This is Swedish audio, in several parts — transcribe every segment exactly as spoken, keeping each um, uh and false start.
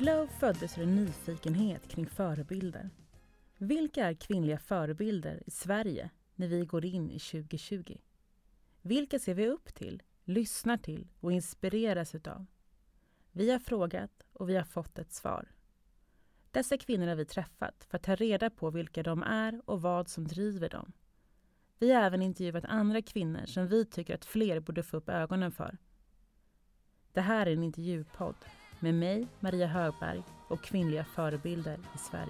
Flow föddes ur en nyfikenhet kring förebilder. Vilka är kvinnliga förebilder i Sverige när vi går in i tjugo tjugo? Vilka ser vi upp till, lyssnar till och inspireras utav? Vi har frågat och vi har fått ett svar. Dessa kvinnor har vi träffat för att ta reda på vilka de är och vad som driver dem. Vi har även intervjuat andra kvinnor som vi tycker att fler borde få upp ögonen för. Det här är en intervjupodd med mig, Maria Högberg, och kvinnliga förebilder i Sverige.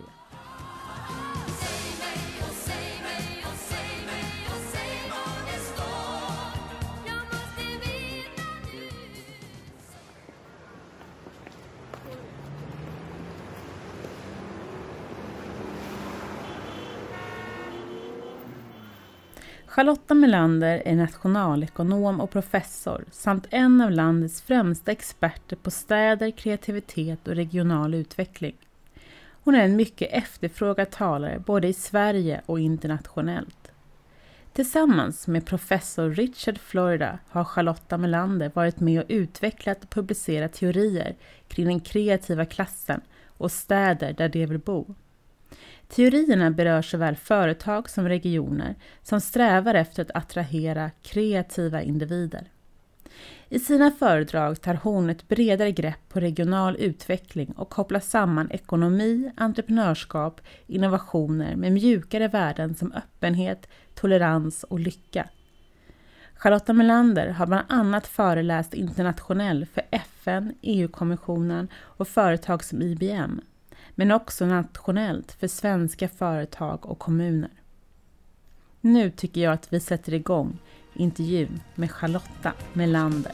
Charlotta Melander är nationalekonom och professor samt en av landets främsta experter på städer, kreativitet och regional utveckling. Hon är en mycket efterfrågad talare både i Sverige och internationellt. Tillsammans med professor Richard Florida har Charlotta Melander varit med och utvecklat och publicerat teorier kring den kreativa klassen och städer där de vill bo. Teorierna berör såväl företag som regioner som strävar efter att attrahera kreativa individer. I sina föredrag tar hon ett bredare grepp på regional utveckling och kopplar samman ekonomi, entreprenörskap, innovationer med mjukare värden som öppenhet, tolerans och lycka. Charlotta Melander har bland annat föreläst internationellt för F N, E U-kommissionen och företag som I B M. Men också nationellt för svenska företag och kommuner. Nu tycker jag att vi sätter igång intervjun med Charlotta Melander.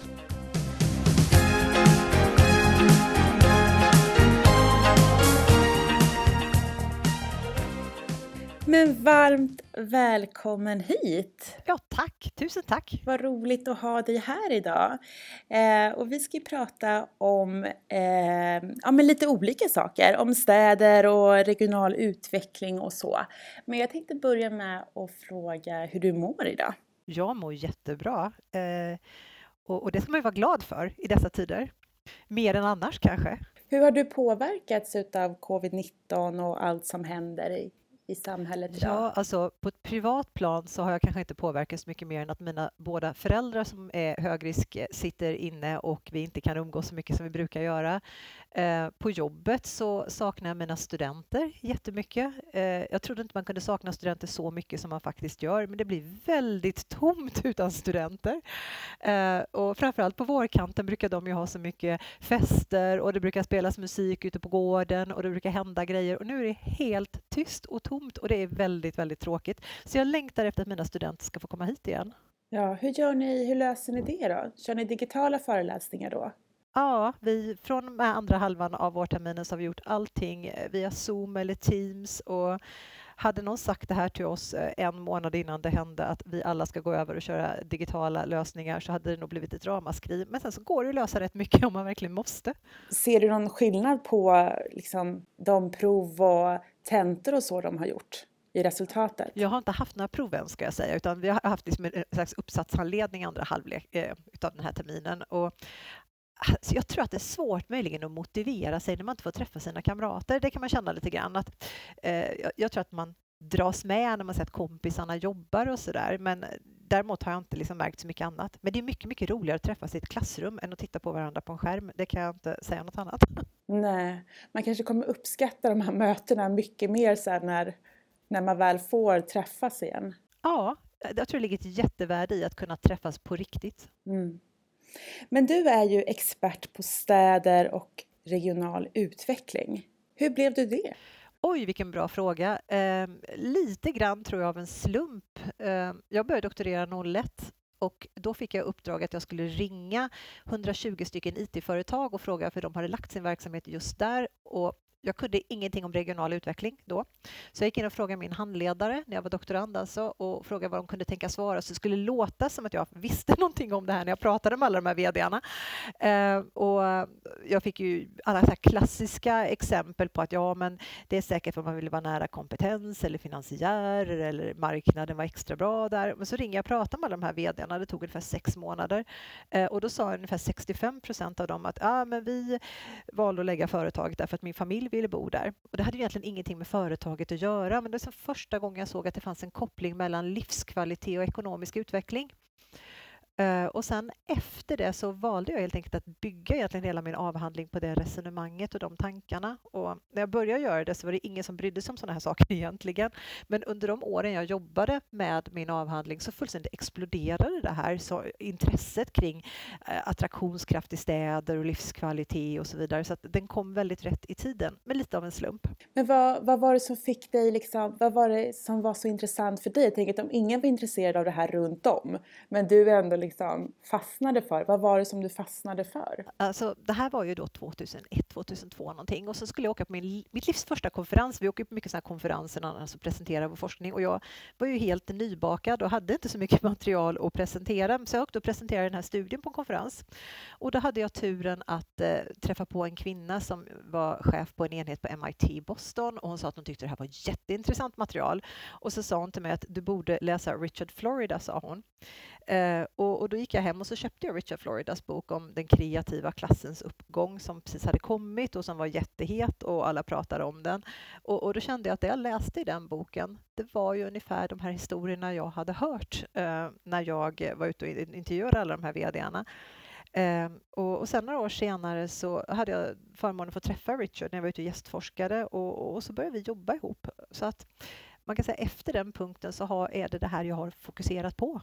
Men varmt välkommen hit! Ja, tack. Tusen tack. Vad roligt att ha dig här idag. Eh, och vi ska ju prata om eh, ja, men lite olika saker. Om städer och regional utveckling och så. Men jag tänkte börja med att fråga hur du mår idag. Jag mår jättebra. Eh, och, och det ska man ju vara glad för i dessa tider. Mer än annars kanske. Hur har du påverkats av covid nitton och allt som händer i i samhället idag? Ja, alltså på ett privat plan så har jag kanske inte påverkats mycket mer än att mina båda föräldrar som är högrisk sitter inne och vi inte kan umgås så mycket som vi brukar göra. Eh, på jobbet så saknar jag mina studenter jättemycket. Eh, jag trodde inte man kunde sakna studenter så mycket som man faktiskt gör, men det blir väldigt tomt utan studenter. Eh, och framförallt på vårkanten brukar de ju ha så mycket fester och det brukar spelas musik ute på gården och det brukar hända grejer och nu är det helt tyst och tomt och det är väldigt, väldigt tråkigt. Så jag längtar efter att mina studenter ska få komma hit igen. Ja, hur gör ni, hur löser ni det då? Kör ni digitala föreläsningar då? Ja, vi från med andra halvan av vårterminen så har vi gjort allting via Zoom eller Teams och hade någon sagt det här till oss en månad innan det hände att vi alla ska gå över och köra digitala lösningar så hade det nog blivit ett ramaskri. Men sen så går det att lösa rätt mycket om man verkligen måste. Ser du någon skillnad på liksom, de prov och tentor och så de har gjort i resultatet? Jag har inte haft några prov än ska jag säga utan vi har haft liksom en slags uppsatshandledning andra halvlek eh, utav den här terminen och så jag tror att det är svårt möjligen att motivera sig när man inte får träffa sina kamrater. Det kan man känna lite grann. Att, eh, jag, jag tror att man dras med när man ser att kompisarna jobbar och sådär. Men däremot har jag inte liksom märkt så mycket annat. Men det är mycket, mycket roligare att träffas i ett klassrum än att titta på varandra på en skärm. Det kan jag inte säga något annat. Nej, man kanske kommer uppskatta de här mötena mycket mer så här när, när man väl får träffas igen. Ja, jag tror det ligger ett jättevärde i att kunna träffas på riktigt. Mm. Men du är ju expert på städer och regional utveckling. Hur blev du det? Oj, vilken bra fråga. Eh, lite grann tror jag av en slump. Eh, jag började doktorera noll ett och då fick jag uppdrag att jag skulle ringa hundratjugo stycken I T-företag och fråga för de hade lagt sin verksamhet just där. Och Jag kunde ingenting om regional utveckling då. Så jag gick in och frågade min handledare när jag var doktorand alltså, och frågade vad de kunde tänka svara. Så det skulle låta som att jag visste någonting om det här när jag pratade med alla de här vdarna. Eh, och jag fick ju alla så här klassiska exempel på att ja, men det är säkert för att man vill vara nära kompetens eller finansiärer eller marknaden var extra bra där. Men så ringer jag och pratar med alla de här vdarna. Det tog ungefär sex månader. Eh, och då sa ungefär sextiofem procent av dem att ah, men vi valde att lägga företaget därför att min familj ville bo där. Och det hade ju egentligen ingenting med företaget att göra, men det var första gången jag såg att det fanns en koppling mellan livskvalitet och ekonomisk utveckling. Uh, och sen efter det så valde jag helt enkelt att bygga egentligen hela min avhandling på det resonemanget och de tankarna. Och när jag började göra det så var det ingen som brydde sig om sådana här saker egentligen. Men under de åren jag jobbade med min avhandling så fullständigt exploderade det här. Så intresset kring uh, attraktionskraft i städer och livskvalitet och så vidare. Så att den kom väldigt rätt i tiden, med lite av en slump. Men vad, vad var det som fick dig, liksom, vad var det som var så intressant för dig? Jag tänker att om ingen var intresserad av det här runt om, men du ändå liksom fastnade för, vad var det som du fastnade för? Alltså, det här var ju då tjugohundraett tjugohundratvå någonting, och så skulle jag åka på min, mitt livs första konferens. Vi åker på mycket sådana här konferenser och alltså presenterar vår forskning, och jag var ju helt nybakad och hade inte så mycket material att presentera, så jag åkte och presenterade den här studien på en konferens. Och då hade jag turen att eh, träffa på en kvinna som var chef på en enhet på M I T Boston, och hon sa att hon tyckte det här var jätteintressant material, och så sa hon till mig att du borde läsa Richard Florida, sa hon. Eh, och, och då gick jag hem och så köpte jag Richard Floridas bok om den kreativa klassens uppgång som precis hade kommit och som var jättehet och alla pratade om den. Och, och då kände jag att det jag läste i den boken, det var ju ungefär de här historierna jag hade hört eh, när jag var ute och intervjuade alla de här vdarna. Eh, och, och sen några år senare så hade jag förmånen att få träffa Richard när jag var ute och gästforskade, och, och så började vi jobba ihop. Så att man kan säga efter den punkten så har, är det det här jag har fokuserat på.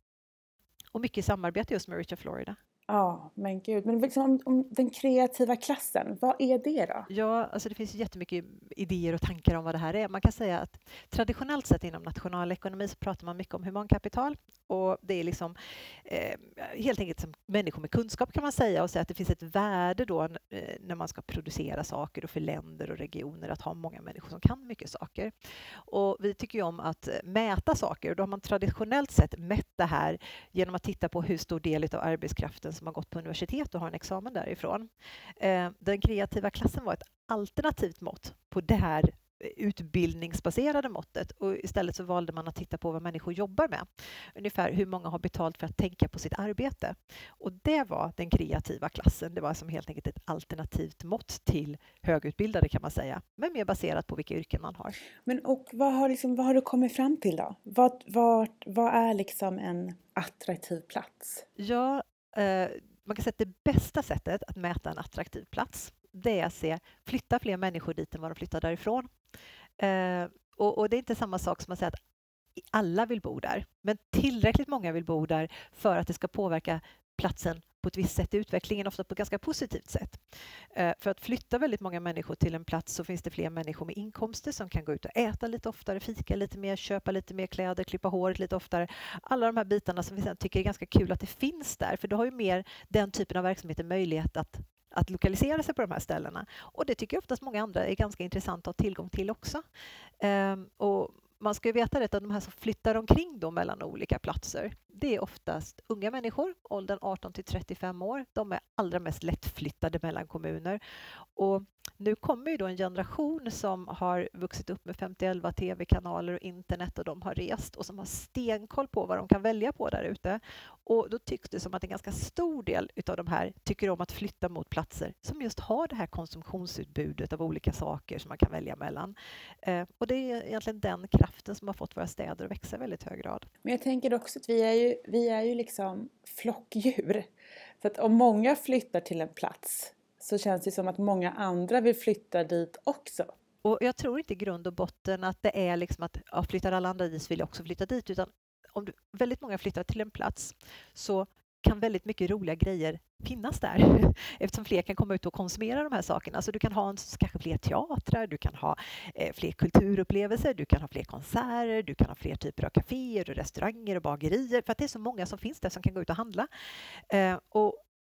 Och mycket samarbete just med Richard Florida. Ja, men gud. Men liksom om, om den kreativa klassen, vad är det då? Ja, alltså det finns jättemycket idéer och tankar om vad det här är. Man kan säga att traditionellt sett inom nationalekonomi så pratar man mycket om humankapital. Och det är liksom eh, helt enkelt som människor med kunskap, kan man säga, och säga att det finns ett värde då eh, när man ska producera saker och för länder och regioner att ha många människor som kan mycket saker. Och vi tycker ju om att mäta saker, och då har man traditionellt sett mätt det här genom att titta på hur stor del av arbetskraften som har gått på universitet och har en examen därifrån. Eh, den kreativa klassen var ett alternativt mått på det här utbildningsbaserade måttet, och istället så valde man att titta på vad människor jobbar med. Ungefär hur många har betalt för att tänka på sitt arbete. Och det var den kreativa klassen. Det var som helt enkelt ett alternativt mått till högutbildade, kan man säga, men mer baserat på vilka yrken man har. Men och vad har, liksom, vad har du kommit fram till då? Vad, vad, vad är liksom en attraktiv plats? Ja, eh, man kan säga att det bästa sättet att mäta en attraktiv plats, det är att se, flytta fler människor dit än vad de flyttar därifrån. Eh, och, och det är inte samma sak som att säga att alla vill bo där, men tillräckligt många vill bo där för att det ska påverka platsen på ett visst sätt i utvecklingen, ofta på ett ganska positivt sätt. Eh, för att flytta väldigt många människor till en plats så finns det fler människor med inkomster som kan gå ut och äta lite oftare, fika lite mer, köpa lite mer kläder, klippa håret lite oftare. Alla de här bitarna som vi sedan tycker är ganska kul att det finns där, för då har ju mer den typen av verksamheter möjlighet att att lokalisera sig på de här ställena. Och det tycker oftast många andra är ganska intressant att ha tillgång till också. Um, och man ska ju veta det att de här som flyttar omkring då mellan olika platser, det är oftast unga människor, åldern arton till trettiofem år. De är allra mest lättflyttade mellan kommuner. Och nu kommer ju då en generation som har vuxit upp med femtioelva tv-kanaler och internet, och de har rest och som har stenkoll på vad de kan välja på där ute. Och då tycks det som att en ganska stor del av de här tycker om att flytta mot platser som just har det här konsumtionsutbudet av olika saker som man kan välja mellan. Eh, och det är egentligen den kraften som har fått våra städer att växa i väldigt hög grad. Men jag tänker också att vi är ju, vi är ju liksom flockdjur. Så att om många flyttar till en plats så känns det som att många andra vill flytta dit också. Och jag tror inte i grund och botten att det är liksom att ja, flyttar alla andra dit så vill jag också flytta dit, utan om du, väldigt många flyttar till en plats så kan väldigt mycket roliga grejer finnas där, eftersom fler kan komma ut och konsumera de här sakerna. Så du kan ha en, kanske fler teatrar, du kan ha eh, fler kulturupplevelser, du kan ha fler konserter, du kan ha fler typer av kaféer och restauranger och bagerier, för att det är så många som finns där som kan gå ut och handla. Eh, och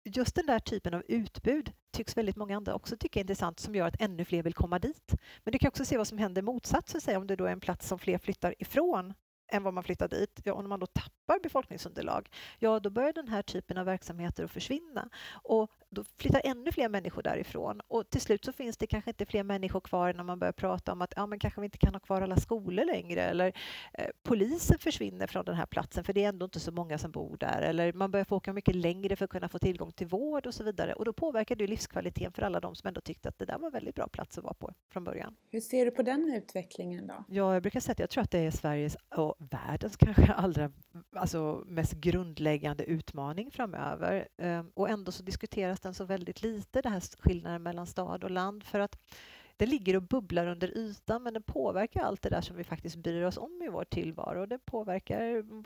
just den där typen av utbud tycks väldigt många andra också tycka är intressant, som gör att ännu fler vill komma dit. Men du kan också se vad som händer motsatt, så att säga, om det då är en plats som fler flyttar ifrån än vad man flyttar dit. Ja, om man då tappar befolkningsunderlag, ja då börjar den här typen av verksamheter att försvinna. Och då flyttar ännu fler människor därifrån. Och till slut så finns det kanske inte fler människor kvar när man börjar prata om att ja, men kanske vi inte kan ha kvar alla skolor längre. Eller eh, polisen försvinner från den här platsen för det är ändå inte så många som bor där. Eller man börjar få åka mycket längre för att kunna få tillgång till vård och så vidare. Och då påverkar det livskvaliteten för alla de som ändå tyckte att det där var en väldigt bra plats att vara på från början. Hur ser du på den utvecklingen då? Ja, jag brukar säga att jag tror att det är Sveriges och världens kanske allra alltså, mest grundläggande utmaning framöver. Ehm, och ändå så diskuteras den så väldigt lite, det här skillnaden mellan stad och land, för att det ligger och bubblar under ytan, men det påverkar allt det där som vi faktiskt bryr oss om i vår tillvaro. Det påverkar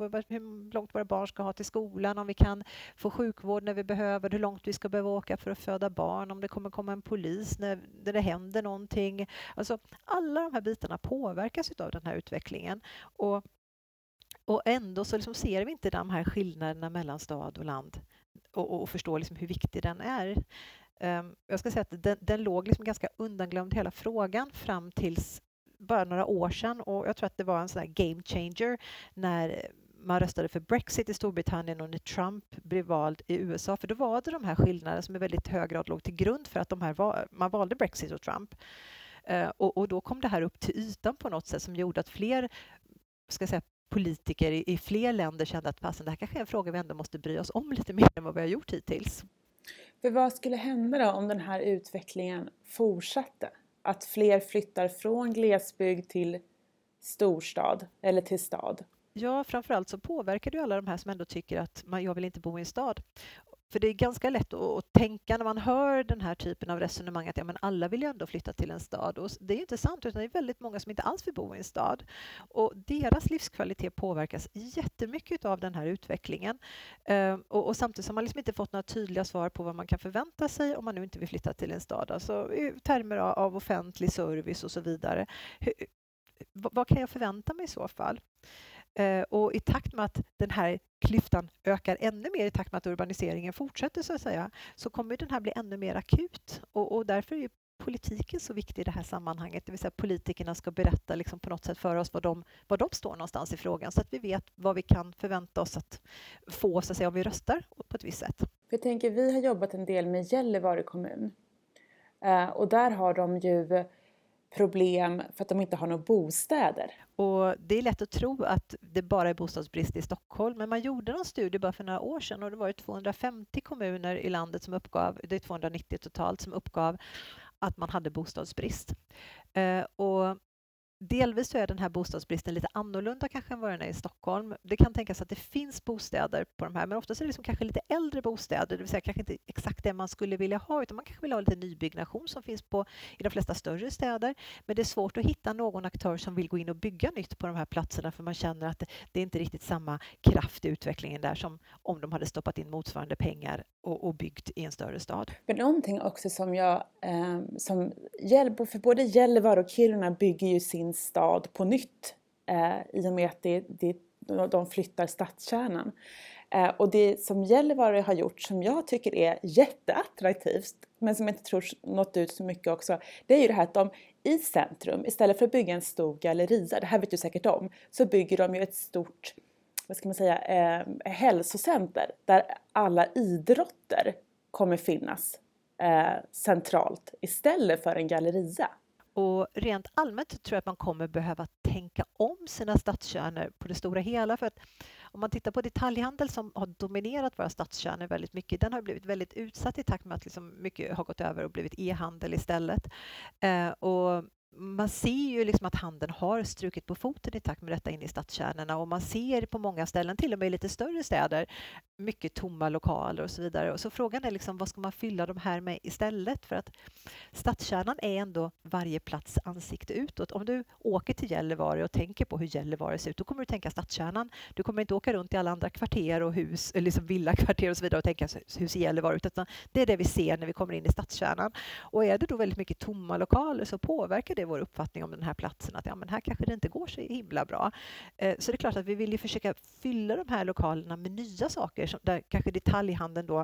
hur långt våra barn ska ha till skolan, om vi kan få sjukvård när vi behöver, hur långt vi ska behöva åka för att föda barn, om det kommer komma en polis när, när det händer någonting. Alltså, alla de här bitarna påverkas av den här utvecklingen. Och, och ändå så liksom ser vi inte de här skillnaderna mellan stad och land och, och förstår liksom hur viktig den är. Um, jag ska säga att den, den låg liksom ganska undanglömd hela frågan fram tills bara några år sedan, och jag tror att det var en sån här game changer när man röstade för Brexit i Storbritannien och när Trump blev vald i U S A, för då var det de här skillnaderna som i väldigt hög grad låg till grund för att de här var, man valde Brexit och Trump. Uh, och, och då kom det här upp till ytan på något sätt som gjorde att fler, ska jag säga, politiker i, i fler länder kände att passen, det här kanske är en fråga vi ändå måste bry oss om lite mer än vad vi har gjort hittills. För vad skulle hända då om den här utvecklingen fortsatte? Att fler flyttar från glesbygd till storstad eller till stad? Ja, framförallt så påverkar det ju alla de här som ändå tycker att man, jag vill inte bo i en stad. För det är ganska lätt att, att tänka när man hör den här typen av resonemang att ja, men alla vill ju ändå flytta till en stad. Och det är inte sant, utan det är väldigt många som inte alls vill bo i en stad. Och deras livskvalitet påverkas jättemycket av den här utvecklingen. Uh, och, och samtidigt har man liksom inte fått några tydliga svar på vad man kan förvänta sig om man nu inte vill flytta till en stad. Alltså i termer av, av offentlig service och så vidare. Hur, vad kan jag förvänta mig i så fall? Uh, och i takt med att den här klyftan ökar ännu mer, i takt med att urbaniseringen fortsätter så att säga, så kommer den här bli ännu mer akut. Och, och därför är politiken så viktig i det här sammanhanget. Det vill säga att politikerna ska berätta liksom på något sätt för oss vad de, vad de står någonstans i frågan, så att vi vet vad vi kan förvänta oss att få, så att säga, om vi röstar på ett visst sätt. Jag tänker, vi har jobbat en del med Gällivare kommun. Uh, och där har de ju problem för att de inte har några bostäder. Och det är lätt att tro att det bara är bostadsbrist i Stockholm, men man gjorde en studie bara för några år sedan och det var tvåhundrafemtio kommuner i landet som uppgav, det är tvåhundranittio totalt, som uppgav att man hade bostadsbrist. Eh, och delvis så är den här bostadsbristen lite annorlunda kanske än vad den är i Stockholm. Det kan tänkas att det finns bostäder på de här, men oftast är det liksom kanske lite äldre bostäder, det vill säga kanske inte exakt det man skulle vilja ha, utan man kanske vill ha lite nybyggnation som finns på i de flesta större städer. Men det är svårt att hitta någon aktör som vill gå in och bygga nytt på de här platserna, för man känner att det, det är inte riktigt samma kraft i utvecklingen där som om de hade stoppat in motsvarande pengar och, och byggt i en större stad. Men någonting också som jag, eh, som hjälper, för både Gällivare och Kiruna bygger ju sin stad på nytt eh, i och med att det, det, de flyttar stadskärnan. Eh, och det som Gällivare har gjort, som jag tycker är jätteattraktivt, men som jag inte tror nått ut så mycket också, det är ju det här att de i centrum, istället för att bygga en stor galleria, det här vet du säkert om, så bygger de ju ett stort, vad ska man säga, eh, hälsocenter där alla idrotter kommer finnas eh, centralt istället för en galleria. Och rent allmänt tror jag att man kommer behöva tänka om sina stadskärnor på det stora hela. För att om man tittar på detaljhandel som har dominerat våra stadskärnor väldigt mycket, den har blivit väldigt utsatt i takt med att liksom mycket har gått över och blivit e-handel istället. Eh, och man ser ju liksom att handeln har strukit på foten i takt med detta in i stadskärnorna, och man ser på många ställen, till och med i lite större städer, mycket tomma lokaler och så vidare. Och så frågan är liksom, vad ska man fylla de här med istället? För att stadskärnan är ändå varje plats ansikte utåt. Om du åker till Gällivare och tänker på hur Gällivare ser ut, då kommer du tänka stadskärnan. Du kommer inte åka runt i alla andra kvarter och hus, eller liksom villakvarter och så vidare och tänka hur ser Gällivare ut, utan det är det vi ser när vi kommer in i stadskärnan. Och är det då väldigt mycket tomma lokaler så påverkar det vår uppfattning om den här platsen, att ja, men här kanske det inte går så himla bra. Eh, så det är klart att vi vill ju försöka fylla de här lokalerna med nya saker, som, där kanske detaljhandeln då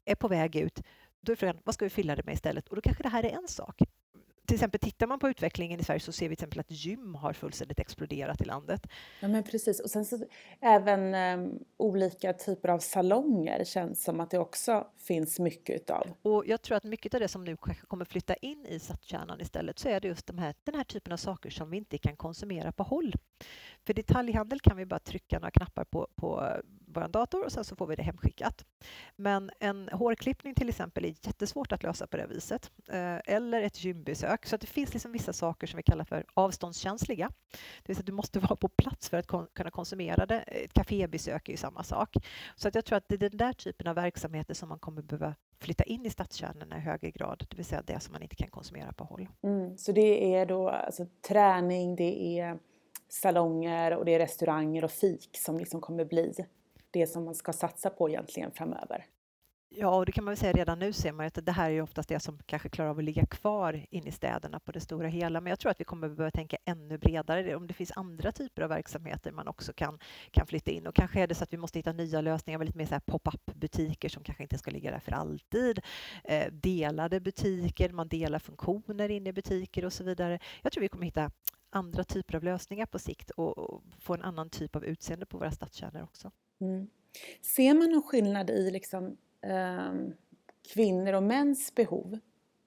är på väg ut, då är frågan, vad ska vi fylla det med istället? Och då kanske det här är en sak. Till exempel tittar man på utvecklingen i Sverige så ser vi till exempel att gym har fullständigt exploderat i landet. Ja, men precis. Och sen så även eh, olika typer av salonger känns som att det också finns mycket utav. Och jag tror att mycket av det som nu kanske kommer flytta in i stadskärnan istället, så är det just de här, den här typen av saker som vi inte kan konsumera på håll. För detaljhandel kan vi bara trycka några knappar på, på vår dator och sen så får vi det hemskickat. Men en hårklippning till exempel är jättesvårt att lösa på det viset. Eh, eller ett gymbesök. Så att det finns liksom vissa saker som vi kallar för avståndskänsliga. Det vill säga att du måste vara på plats för att kon- kunna konsumera det. Ett kafébesök är ju samma sak. Så att jag tror att det är den där typen av verksamheter som man kommer behöva flytta in i stadskärnorna i högre grad. Det vill säga det som man inte kan konsumera på håll. Mm, så det är då alltså, träning, det är salonger och det är restauranger och fik som liksom kommer bli det som man ska satsa på egentligen framöver. Ja, och det kan man väl säga redan nu ser man att det här är ju oftast det som kanske klarar av att ligga kvar in i städerna på det stora hela. Men jag tror att vi kommer behöva tänka ännu bredare om det finns andra typer av verksamheter man också kan, kan flytta in. Och kanske är det så att vi måste hitta nya lösningar, lite mer så här pop-up-butiker som kanske inte ska ligga där för alltid. Eh, delade butiker, man delar funktioner in i butiker och så vidare. Jag tror vi kommer hitta andra typer av lösningar på sikt och, och få en annan typ av utseende på våra stadskärnor också. Mm. Ser man någon skillnad i liksom, eh, kvinnor och mäns behov?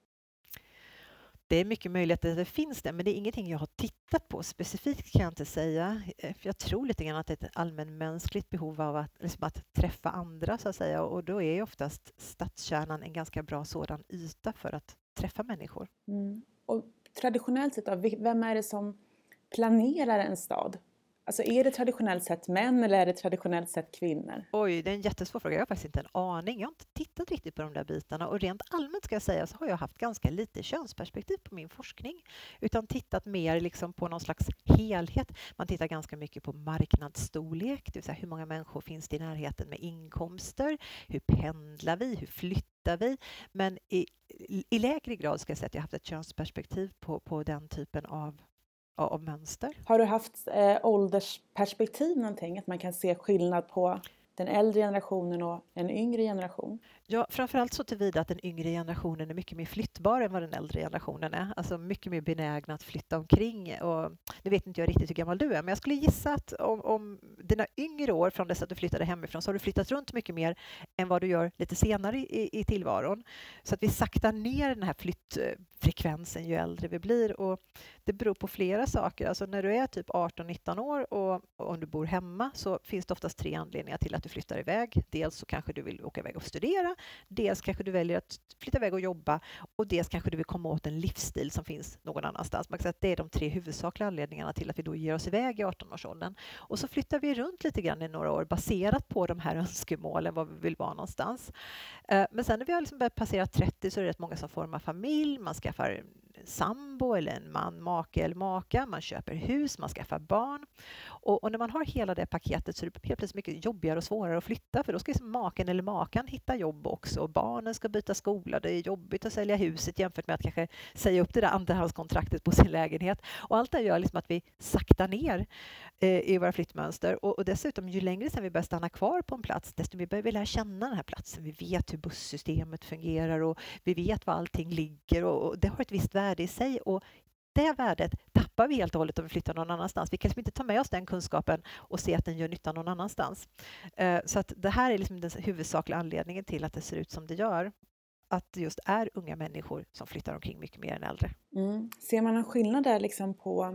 Det är mycket möjligt att det finns det, men det är ingenting jag har tittat på specifikt kan jag inte säga. För jag tror lite grann att det är ett allmänmänskligt behov av att, liksom att träffa andra så att säga, och då är ju oftast stadskärnan en ganska bra sådan yta för att träffa människor. Mm. Och traditionellt sett, vem är det som planerar en stad? Alltså är det traditionellt sett män eller är det traditionellt sett kvinnor? Oj, det är en jättesvår fråga. Jag har faktiskt inte en aning. Jag har inte tittat riktigt på de där bitarna. Och rent allmänt ska jag säga så har jag haft ganska lite könsperspektiv på min forskning. Utan tittat mer liksom på någon slags helhet. Man tittar ganska mycket på marknadsstorlek. Det vill säga hur många människor finns det i närheten med inkomster? Hur pendlar vi? Hur flyttar vi? Men i, i lägre grad ska jag säga att jag har haft ett könsperspektiv på, på den typen av av mönster. Har du haft eh, åldersperspektiv någonting? Att man kan se skillnad på den äldre generationen och en yngre generation? Ja, framförallt så tillvida att den yngre generationen är mycket mer flyttbar än vad den äldre generationen är. Alltså mycket mer benägna att flytta omkring. Och nu vet inte jag riktigt hur gammal du är, men jag skulle gissa att om, om dina yngre år från dess att du flyttade hemifrån så har du flyttat runt mycket mer än vad du gör lite senare i, i tillvaron. Så att vi saktar ner den här flyttfrekvensen ju äldre vi blir. Och det beror på flera saker. Alltså när du är typ arton nitton år och, och om du bor hemma så finns det oftast tre anledningar till att du flyttar iväg. Dels så kanske du vill åka iväg och studera. Dels kanske du väljer att flytta iväg och jobba och dels kanske du vill komma åt en livsstil som finns någon annanstans. Man kan säga att det är de tre huvudsakliga anledningarna till att vi då ger oss iväg i arton-årsåldern. Och så flyttar vi runt lite grann i några år baserat på de här önskemålen, var vi vill vara någonstans. Men sen när vi har liksom börjat passera trettio så är det rätt många som formar familj, man skaffar sambo eller en man, make eller maka, man köper hus, man skaffar barn. Och, och när man har hela det paketet så är det helt plötsligt mycket jobbigare och svårare att flytta för då ska liksom maken eller makan hitta jobb också och barnen ska byta skola. Det är jobbigt att sälja huset jämfört med att kanske säga upp det där andrahandskontraktet på sin lägenhet. Och allt det gör liksom att vi saktar ner eh, i våra flyttmönster och, och dessutom ju längre sedan vi börjar stanna kvar på en plats desto mer börjar vi lära känna den här platsen. Vi vet hur bussystemet fungerar och vi vet var allting ligger och, och det har ett visst värde i sig och det värdet tappar vi helt och hållet om vi flyttar någon annanstans. Vi kan liksom inte ta med oss den kunskapen och se att den gör nytta någon annanstans. Så att det här är liksom den huvudsakliga anledningen till att det ser ut som det gör. Att det just är unga människor som flyttar omkring mycket mer än äldre. Mm. Ser man en skillnad där liksom på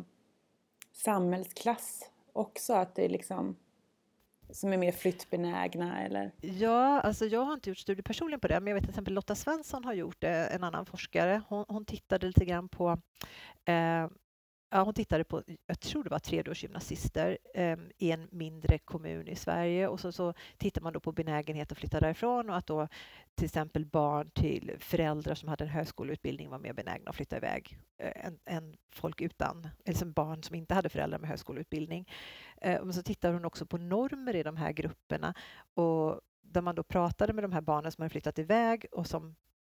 samhällsklass också? Att det är liksom som är mer flyttbenägna eller? Ja, alltså jag har inte gjort studier personligen på det, men jag vet till exempel Lotta Svensson har gjort det, en annan forskare. Hon, hon tittade lite grann på eh, ja, hon tittade på, jag tror det var tredjeårsgymnasister eh, i en mindre kommun i Sverige och så, så tittar man då på benägenhet att flytta därifrån och att då till exempel barn till föräldrar som hade en högskoleutbildning var mer benägna att flytta iväg eh, än, än folk utan, eller som barn som inte hade föräldrar med högskoleutbildning. Eh, och så tittar hon också på normer i de här grupperna och där man då pratade med de här barnen som hade flyttat iväg och som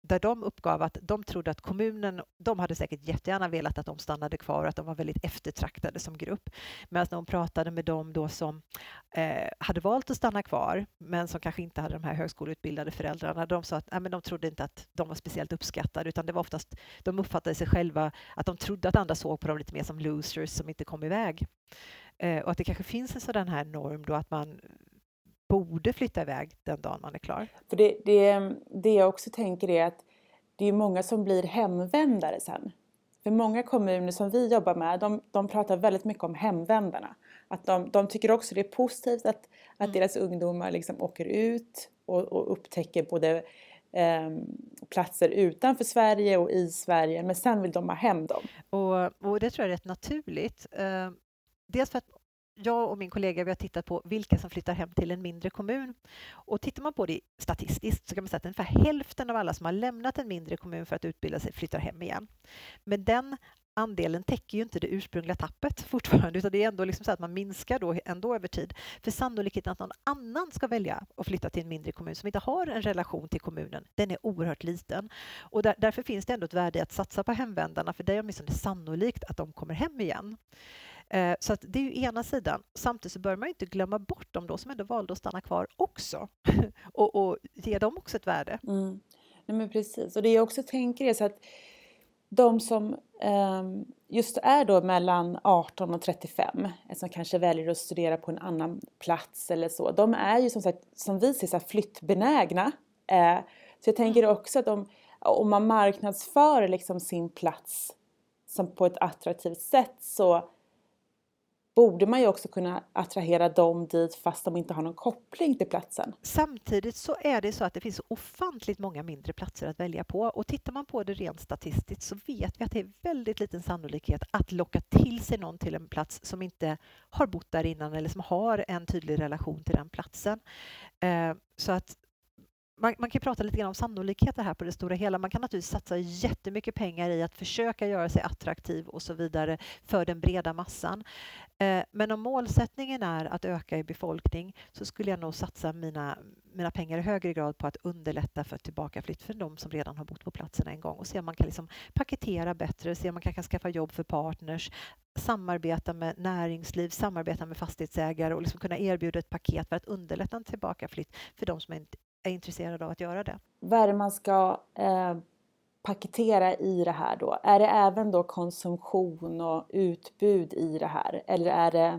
där de uppgav att de trodde att kommunen, de hade säkert jättegärna velat att de stannade kvar och att de var väldigt eftertraktade som grupp. Men när de pratade med dem då som eh, hade valt att stanna kvar men som kanske inte hade de här högskoleutbildade föräldrarna, de sa att nej, men de trodde inte att de var speciellt uppskattade, utan det var oftast, de uppfattade sig själva att de trodde att andra såg på dem lite mer som losers som inte kom iväg. Eh, och att det kanske finns en sådan här norm då att man borde flytta iväg den dagen man är klar. För det, det, det jag också tänker är att det är många som blir hemvändare sen. För många kommuner som vi jobbar med, de, de pratar väldigt mycket om hemvändarna. Att de, de tycker också det är positivt att, att mm. deras ungdomar liksom åker ut och, och upptäcker både eh, platser utanför Sverige och i Sverige. Men sen vill de ha hem dem. Och, och det tror jag är rätt naturligt. Eh, dels för att jag och min kollega vi har tittat på vilka som flyttar hem till en mindre kommun. Och tittar man på det statistiskt så kan man säga att ungefär hälften av alla som har lämnat en mindre kommun för att utbilda sig flyttar hem igen. Men den andelen täcker ju inte det ursprungliga tappet fortfarande, utan det är ändå liksom så att man minskar då ändå över tid. För sannolikheten att någon annan ska välja att flytta till en mindre kommun som inte har en relation till kommunen, den är oerhört liten. Och där, därför finns det ändå ett värde att satsa på hemvändarna, för det är åtminstone sannolikt att de kommer hem igen. Så att det är ju ena sidan. Samtidigt så bör man inte glömma bort dem då som ändå valde att stanna kvar också. och, och ge dem också ett värde. Mm. Nej, men precis. Och det jag också tänker är så att de som um, just är då mellan arton och trettiofem, som kanske väljer att studera på en annan plats eller så, de är ju som sagt, som vi ser, så här flyttbenägna. Uh, så jag tänker också att om, om man marknadsför liksom sin plats som på ett attraktivt sätt, så borde man ju också kunna attrahera dem dit fast de inte har någon koppling till platsen. Samtidigt så är det så att det finns ofantligt många mindre platser att välja på. Och tittar man på det rent statistiskt så vet vi att det är väldigt liten sannolikhet att locka till sig någon till en plats som inte har bott där innan eller som har en tydlig relation till den platsen. Eh, så att Man, man kan prata lite grann om sannolikheter här på det stora hela. Man kan naturligtvis satsa jättemycket pengar i att försöka göra sig attraktiv och så vidare för den breda massan. Eh, men om målsättningen är att öka i befolkning så skulle jag nog satsa mina, mina pengar i högre grad på att underlätta för tillbakaflytt för de som redan har bott på platsen en gång och se om man kan liksom paketera bättre, se om man kan, kan skaffa jobb för partners, samarbeta med näringsliv, samarbeta med fastighetsägare och liksom kunna erbjuda ett paket för att underlätta en tillbakaflytt för de som inte är intresserade av att göra det. Vad är det man ska eh, paketera i det här då? Är det även då konsumtion och utbud i det här? Eller är det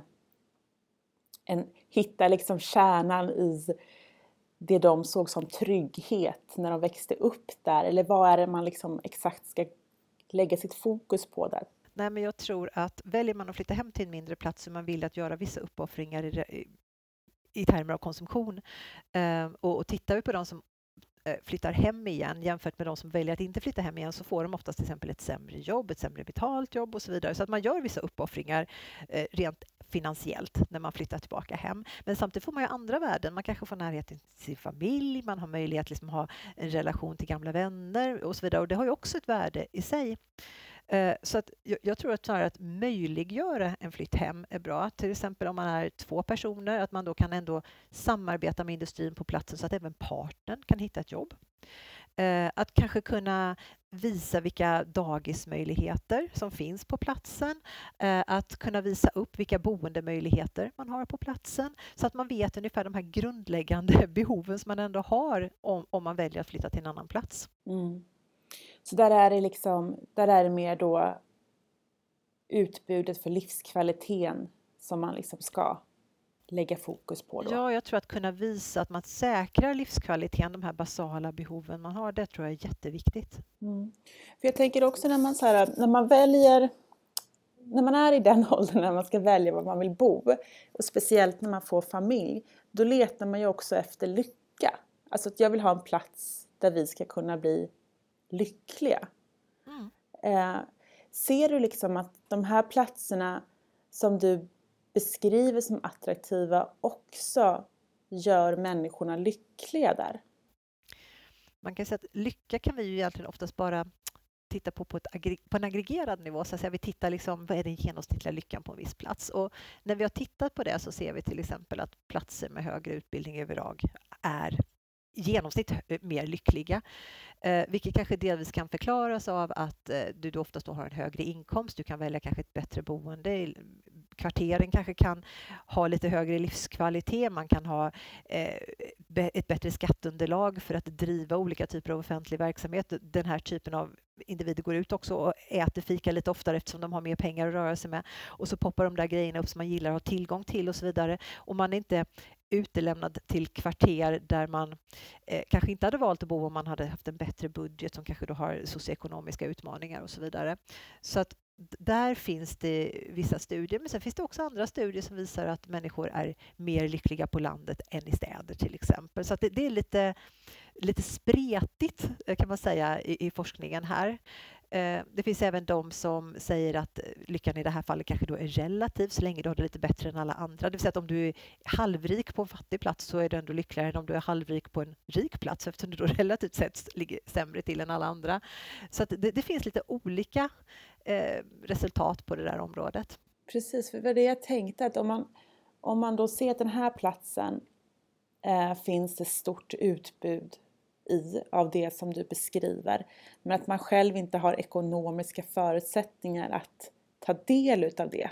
en, hitta liksom kärnan i det de såg som trygghet när de växte upp där? Eller vad är det man liksom exakt ska lägga sitt fokus på där? Nej, men jag tror att väljer man att flytta hem till en mindre plats så man vill att göra vissa uppoffringar i, i i termer av konsumtion. Eh, och, och tittar vi på de som eh, flyttar hem igen jämfört med de som väljer att inte flytta hem igen, så får de oftast till exempel ett sämre jobb, ett sämre betalt jobb och så vidare. Så att man gör vissa uppoffringar eh, rent finansiellt när man flyttar tillbaka hem. Men samtidigt får man ju andra värden. Man kanske får närhet till sin familj, man har möjlighet att liksom ha en relation till gamla vänner och så vidare. Och det har ju också ett värde i sig. Så att jag tror att, att möjliggöra en flytt hem är bra. Till exempel om man är två personer, att man då kan ändå samarbeta med industrin på platsen så att även partnern kan hitta ett jobb. Att kanske kunna visa vilka dagismöjligheter som finns på platsen. Att kunna visa upp vilka boendemöjligheter man har på platsen. Så att man vet ungefär de här grundläggande behoven som man ändå har om, om man väljer att flytta till en annan plats. Mm. Så där är det liksom, där är det mer då utbudet för livskvaliteten som man liksom ska lägga fokus på då. Ja, jag tror att kunna visa att man säkrar livskvaliteten, de här basala behoven man har, det tror jag är jätteviktigt. Mm. För jag tänker också när man, så här, när man väljer, när man är i den åldern när man ska välja var man vill bo, och speciellt när man får familj, då letar man ju också efter lycka. Alltså att jag vill ha en plats där vi ska kunna bli lyckliga. Mm. Eh, ser du liksom att de här platserna som du beskriver som attraktiva också gör människorna lyckliga där? Man kan säga att lycka kan vi ju egentligen oftast bara titta på på, ett, på en aggregerad nivå. Så att säga, vi tittar liksom, vad är den genomsnittliga lyckan på en viss plats? Och när vi har tittat på det så ser vi till exempel att platser med högre utbildning överlag är i genomsnitt mer lyckliga. Eh, vilket kanske delvis kan förklaras av att eh, du då oftast då har en högre inkomst. Du kan välja kanske ett bättre boende. Kvarteren kanske kan ha lite högre livskvalitet. Man kan ha eh, ett bättre skatteunderlag för att driva olika typer av offentlig verksamhet. Den här typen av individer går ut också och äter fika lite oftare eftersom de har mer pengar att röra sig med. Och så poppar de där grejerna upp som man gillar att ha tillgång till och så vidare. Och man är inte utelämnad till kvarter där man eh, kanske inte hade valt att bo om man hade haft en bättre budget som kanske då har socioekonomiska utmaningar och så vidare. Så att där finns det vissa studier, men sen finns det också andra studier som visar att människor är mer lyckliga på landet än i städer till exempel. Så att det, det är lite, lite spretigt kan man säga i, i forskningen här. Det finns även de som säger att lyckan i det här fallet kanske då är relativ så länge du har det lite bättre än alla andra. Det vill säga att om du är halvrik på en fattig plats så är du ändå lyckligare än om du är halvrik på en rik plats eftersom du då relativt sett ligger sämre till än alla andra. Så att det, det finns lite olika eh, resultat på det där området. Precis, för det var det jag tänkte att om man, om man då ser att den här platsen eh, finns det stort utbud i av det som du beskriver. Men att man själv inte har ekonomiska förutsättningar att ta del av det.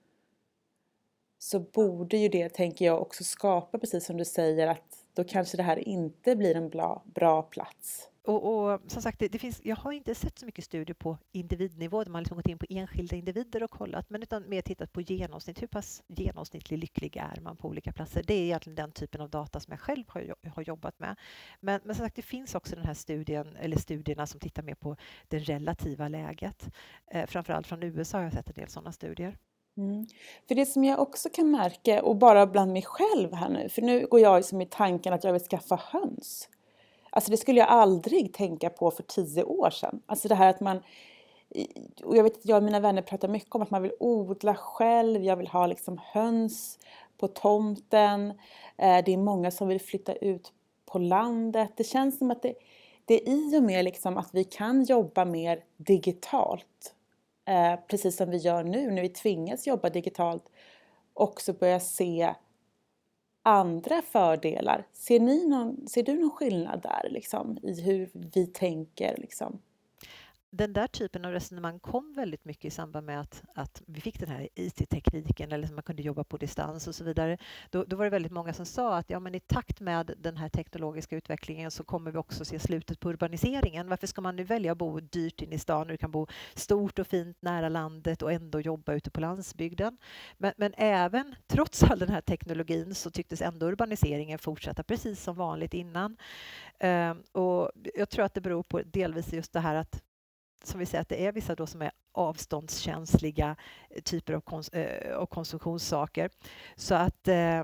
Så borde ju det, tänker jag, också skapa, precis som du säger, att då kanske det här inte blir en bra, bra plats. Och, och som sagt, det, det finns, jag har inte sett så mycket studier på individnivå där man liksom gått in på enskilda individer och kollat, men utan mer tittat på genomsnitt. Hur pass genomsnittligt lycklig är man på olika platser? Det är egentligen den typen av data som jag själv har, har jobbat med. Men, men som sagt, det finns också den här studien, eller studierna som tittar mer på det relativa läget. Eh, framförallt från U S A har jag sett en del sådana studier. Mm. För det som jag också kan märka, och bara bland mig själv här nu, för nu går jag som i tanken att jag vill skaffa höns. Alltså det skulle jag aldrig tänka på för tio år sedan. Alltså det här att man, och jag vet att jag och mina vänner pratar mycket om att man vill odla själv. Jag vill ha liksom höns på tomten. Det är många som vill flytta ut på landet. Det känns som att det, det är i och med liksom att vi kan jobba mer digitalt. Precis som vi gör nu när vi tvingas jobba digitalt. Också börja se andra fördelar. Ser, ni någon, ser du någon skillnad där liksom, i hur vi tänker? Liksom? Den där typen av resonemang kom väldigt mycket i samband med att, att vi fick den här I T-tekniken eller som man kunde jobba på distans och så vidare. Då, då var det väldigt många som sa att ja, men i takt med den här teknologiska utvecklingen så kommer vi också se slutet på urbaniseringen. Varför ska man nu välja att bo dyrt in i stan när du kan bo stort och fint nära landet och ändå jobba ute på landsbygden? Men, men även trots all den här teknologin så tycktes ändå urbaniseringen fortsätta precis som vanligt innan. Uh, och jag tror att det beror på delvis just det här att som vi säger att det är vissa då som är avståndskänsliga typer av, kons- äh, av konsumtionssaker. Så att eh,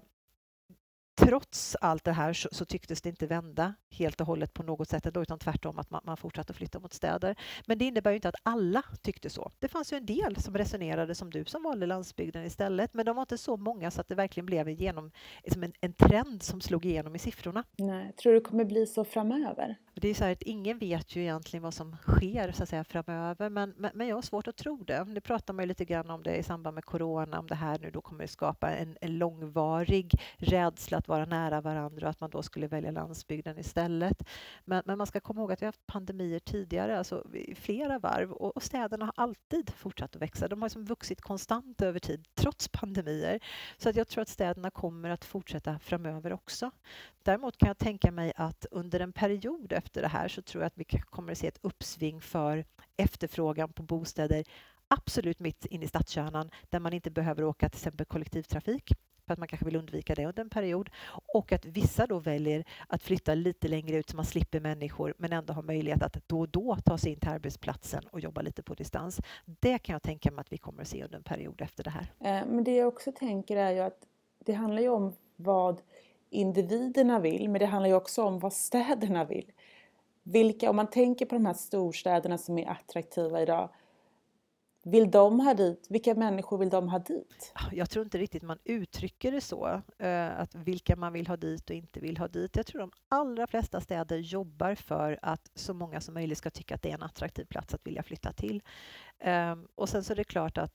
trots allt det här så, så tycktes det inte vända helt och hållet på något sätt ändå, utan tvärtom att man, man fortsatte att flytta mot städer. Men det innebär ju inte att alla tyckte så. Det fanns ju en del som resonerade som du som valde landsbygden istället, men de var inte så många så att det verkligen blev en, genom, liksom en, en trend som slog igenom i siffrorna. Nej, tror du det kommer bli så framöver? Det är så här att ingen vet ju egentligen vad som sker så att säga, framöver, men, men, men jag har svårt att tro det. Nu pratar man ju lite grann om det i samband med corona, om det här nu då kommer att skapa en, en långvarig rädsla att vara nära varandra och att man då skulle välja landsbygden istället. Men, men man ska komma ihåg att vi har haft pandemier tidigare, alltså i flera varv, och, och städerna har alltid fortsatt att växa. De har liksom vuxit konstant över tid, trots pandemier. Så att jag tror att städerna kommer att fortsätta framöver också. Däremot kan jag tänka mig att under en period efter det här så tror jag att vi kommer att se ett uppsving för efterfrågan på bostäder absolut mitt in i stadskärnan där man inte behöver åka till exempel kollektivtrafik för att man kanske vill undvika det under en period, och att vissa då väljer att flytta lite längre ut så man slipper människor men ändå har möjlighet att då och då ta sig in till arbetsplatsen och jobba lite på distans. Det kan jag tänka mig att vi kommer att se under en period efter det här. Men det jag också tänker är ju att det handlar ju om vad individerna vill, men det handlar ju också om vad städerna vill. Vilka, om man tänker på de här storstäderna som är attraktiva idag, vill de ha dit? Vilka människor vill de ha dit? Jag tror inte riktigt man uttrycker det så, att vilka man vill ha dit och inte vill ha dit. Jag tror de allra flesta städer jobbar för att så många som möjligt ska tycka att det är en attraktiv plats att vilja flytta till. Och sen så är det klart att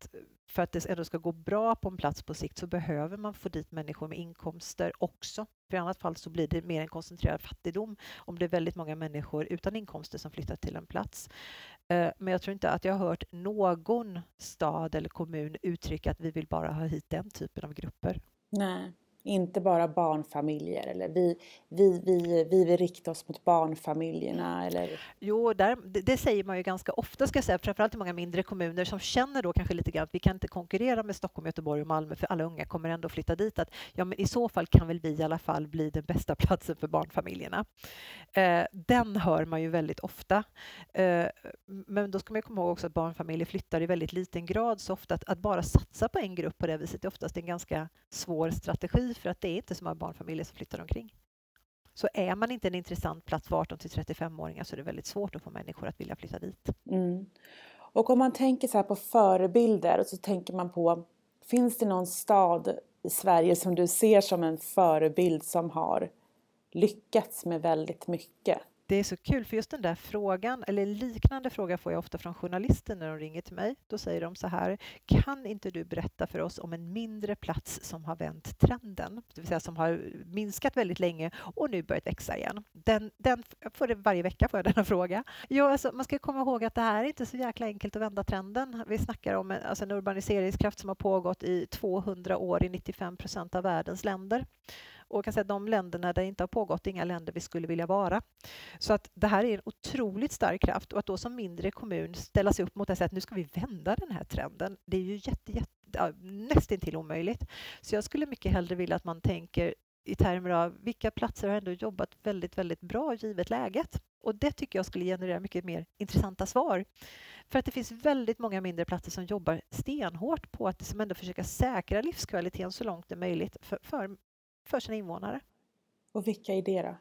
för att det ändå ska gå bra på en plats på sikt så behöver man få dit människor med inkomster också. För i annat fall så blir det mer en koncentrerad fattigdom om det är väldigt många människor utan inkomster som flyttar till en plats. Men jag tror inte att jag har hört någon stad eller kommun uttrycka att vi vill bara ha hit den typen av grupper. Nej, inte bara barnfamiljer eller vi, vi, vi, vi vill rikta oss mot barnfamiljerna. Eller... Jo, där, det, det säger man ju ganska ofta, ska jag säga, framförallt i många mindre kommuner som känner då kanske lite grann att vi kan inte konkurrera med Stockholm, Göteborg och Malmö för alla unga kommer ändå flytta dit. Att, ja, men i så fall kan väl vi i alla fall bli den bästa platsen för barnfamiljerna. Eh, den hör man ju väldigt ofta. Eh, men då ska man komma ihåg också att barnfamiljer flyttar i väldigt liten grad så ofta att, att bara satsa på en grupp på det viset är oftast en ganska svår strategi för att det är inte så många barnfamiljer som flyttar omkring. Så är man inte en intressant plats för arton till trettiofem-åringar så är det väldigt svårt att få människor att vilja flytta dit. Mm. Och om man tänker så här på förebilder och så tänker man på, finns det någon stad i Sverige som du ser som en förebild som har lyckats med väldigt mycket? Det är så kul för just den där frågan, eller liknande fråga får jag ofta från journalister när de ringer till mig. Då säger de så här, kan inte du berätta för oss om en mindre plats som har vänt trenden? Det vill säga som har minskat väldigt länge och nu börjat växa igen. Den, den får det varje vecka får jag denna fråga. Ja, alltså, man ska komma ihåg att det här är inte så jäkla enkelt att vända trenden. Vi snackar om en, alltså en urbaniseringskraft som har pågått i tvåhundra år i nittiofem procent av världens länder. Och kan säga att de länderna där det inte har pågått inga länder vi skulle vilja vara. Så att det här är en otroligt stark kraft och att då som mindre kommun ställa sig upp mot att säga att nu ska vi vända den här trenden. Det är ju jätte, jätte, nästintill omöjligt. Så jag skulle mycket hellre vilja att man tänker i termer av vilka platser har ändå jobbat väldigt, väldigt bra givet läget. Och det tycker jag skulle generera mycket mer intressanta svar. För att det finns väldigt många mindre platser som jobbar stenhårt på att som ändå försöka säkra livskvaliteten så långt det är möjligt för, för för sina invånare. Och vilka är det då?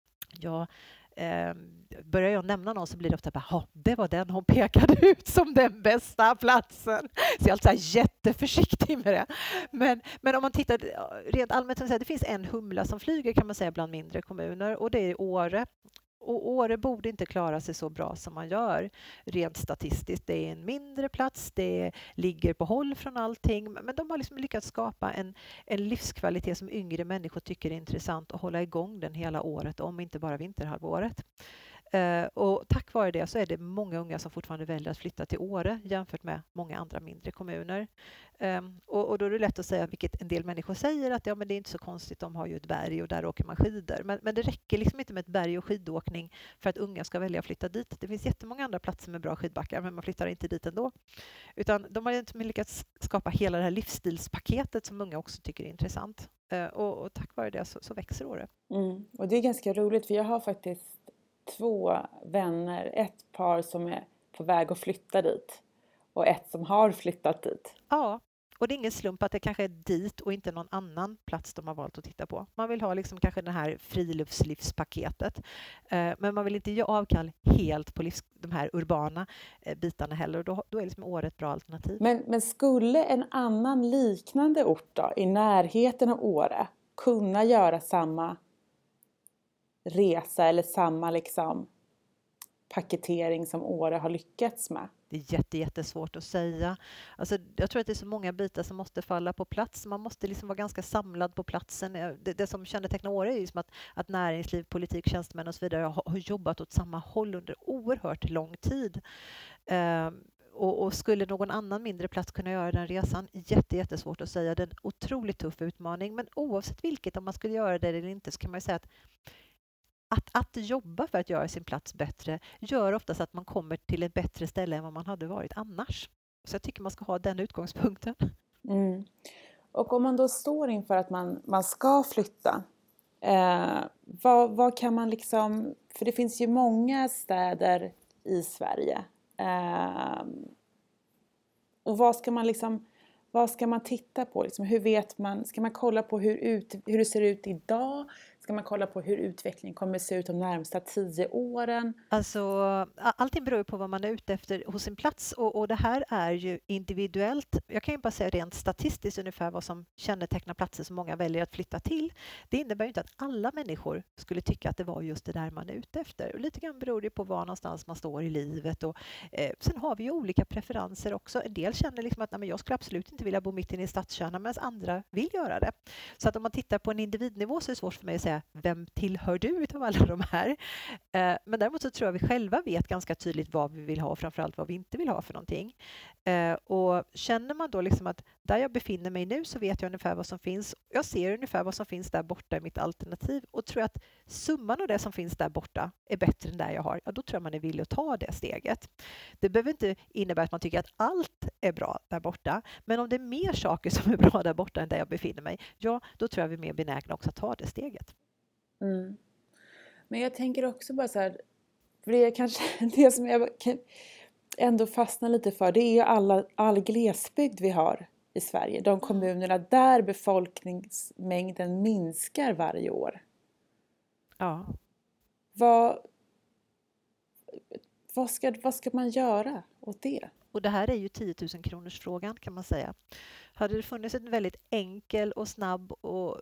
Ja, eh, börjar jag nämna någon så blir det ofta bara, det var den hon pekade ut som den bästa platsen. Så jag är alltså jätteförsiktig med det. Men, men om man tittar rent allmänt, så det finns en humla som flyger kan man säga bland mindre kommuner och det är Åre. Och Åre borde inte klara sig så bra som man gör rent statistiskt. Det är en mindre plats, det ligger på håll från allting. Men de har liksom lyckats skapa en, en livskvalitet som yngre människor tycker är intressant och hålla igång den hela året, om inte bara vinterhalvåret. Uh, och tack vare det så är det många unga som fortfarande väljer att flytta till Åre jämfört med många andra mindre kommuner. Um, och, och då är det lätt att säga, vilket en del människor säger, att ja, men det är inte så konstigt, de har ju ett berg och där åker man skidor. Men, men det räcker liksom inte med ett berg och skidåkning för att unga ska välja att flytta dit. Det finns jättemånga andra platser med bra skidbackar men man flyttar inte dit ändå. Utan de har inte lyckats skapa hela det här livsstilspaketet som unga också tycker är intressant. Uh, och, och tack vare det så, så växer Åre. Mm. Och det är ganska roligt för jag har faktiskt två vänner, ett par som är på väg att flytta dit och ett som har flyttat dit. Ja, och det är ingen slump att det kanske är dit och inte någon annan plats de har valt att titta på. Man vill ha liksom kanske det här friluftslivspaketet, men man vill inte ge avkall helt på livs, de här urbana bitarna heller och då, då är liksom Åre ett bra alternativ. Men, men skulle en annan liknande ort då, i närheten av Åre kunna göra samma resa eller samma liksom paketering som Åre har lyckats med? Det är jätte, jättesvårt att säga. Alltså, jag tror att det är så många bitar som måste falla på plats. Man måste liksom vara ganska samlad på platsen. Det, det som kännetecknar Åre är liksom att, att näringsliv, politik, tjänstemän och så vidare har, har jobbat åt samma håll under oerhört lång tid. Uh, och, och skulle någon annan mindre plats kunna göra den resan? Jätte, jättesvårt att säga. Det är en otroligt tuff utmaning. Men oavsett vilket, om man skulle göra det eller inte, så kan man ju säga att Att, att jobba för att göra sin plats bättre gör oftast att man kommer till ett bättre ställe än vad man hade varit annars. Så jag tycker man ska ha den utgångspunkten. Mm. Och om man då står inför att man, man ska flytta, eh, vad, vad kan man liksom, för det finns ju många städer i Sverige. Eh, och vad ska man liksom, vad ska man titta på? Liksom, hur vet man, ska man kolla på hur, ut, hur det ser ut idag? Ska man kolla på hur utvecklingen kommer se ut de närmsta tio åren? Alltså, allting beror på vad man är ute efter hos sin plats och, och det här är ju individuellt. Jag kan ju bara säga rent statistiskt ungefär vad som kännetecknar platser som många väljer att flytta till. Det innebär ju inte att alla människor skulle tycka att det var just det där man är ute efter. Och lite grann beror det på var någonstans man står i livet. Och, eh, sen har vi ju olika preferenser också. En del känner liksom att nej, men jag skulle absolut inte vilja bo mitt inne i stadskärnan medan andra vill göra det. Så att om man tittar på en individnivå så är det svårt för mig att säga vem tillhör du utav alla de här. Eh, men däremot så tror jag vi själva vet ganska tydligt vad vi vill ha och framförallt vad vi inte vill ha för någonting. Eh, och känner man då liksom att där jag befinner mig nu så vet jag ungefär vad som finns. Jag ser ungefär vad som finns där borta i mitt alternativ och tror att summan av det som finns där borta är bättre än där jag har. Ja, då tror jag man är villig att ta det steget. Det behöver inte innebära att man tycker att allt är bra där borta. Men om det är mer saker som är bra där borta än där jag befinner mig, ja, då tror jag vi är mer benägna också att ta det steget. Mm. Men jag tänker också bara så här, för det är kanske det som jag ändå fastnar lite för, det är ju alla, all glesbygd vi har i Sverige. De kommunerna där befolkningsmängden minskar varje år. Ja. Vad, vad, ska, vad ska man göra åt det? Och det här är ju tio tusen kronors frågan kan man säga. Hade det funnits en väldigt enkel och snabb och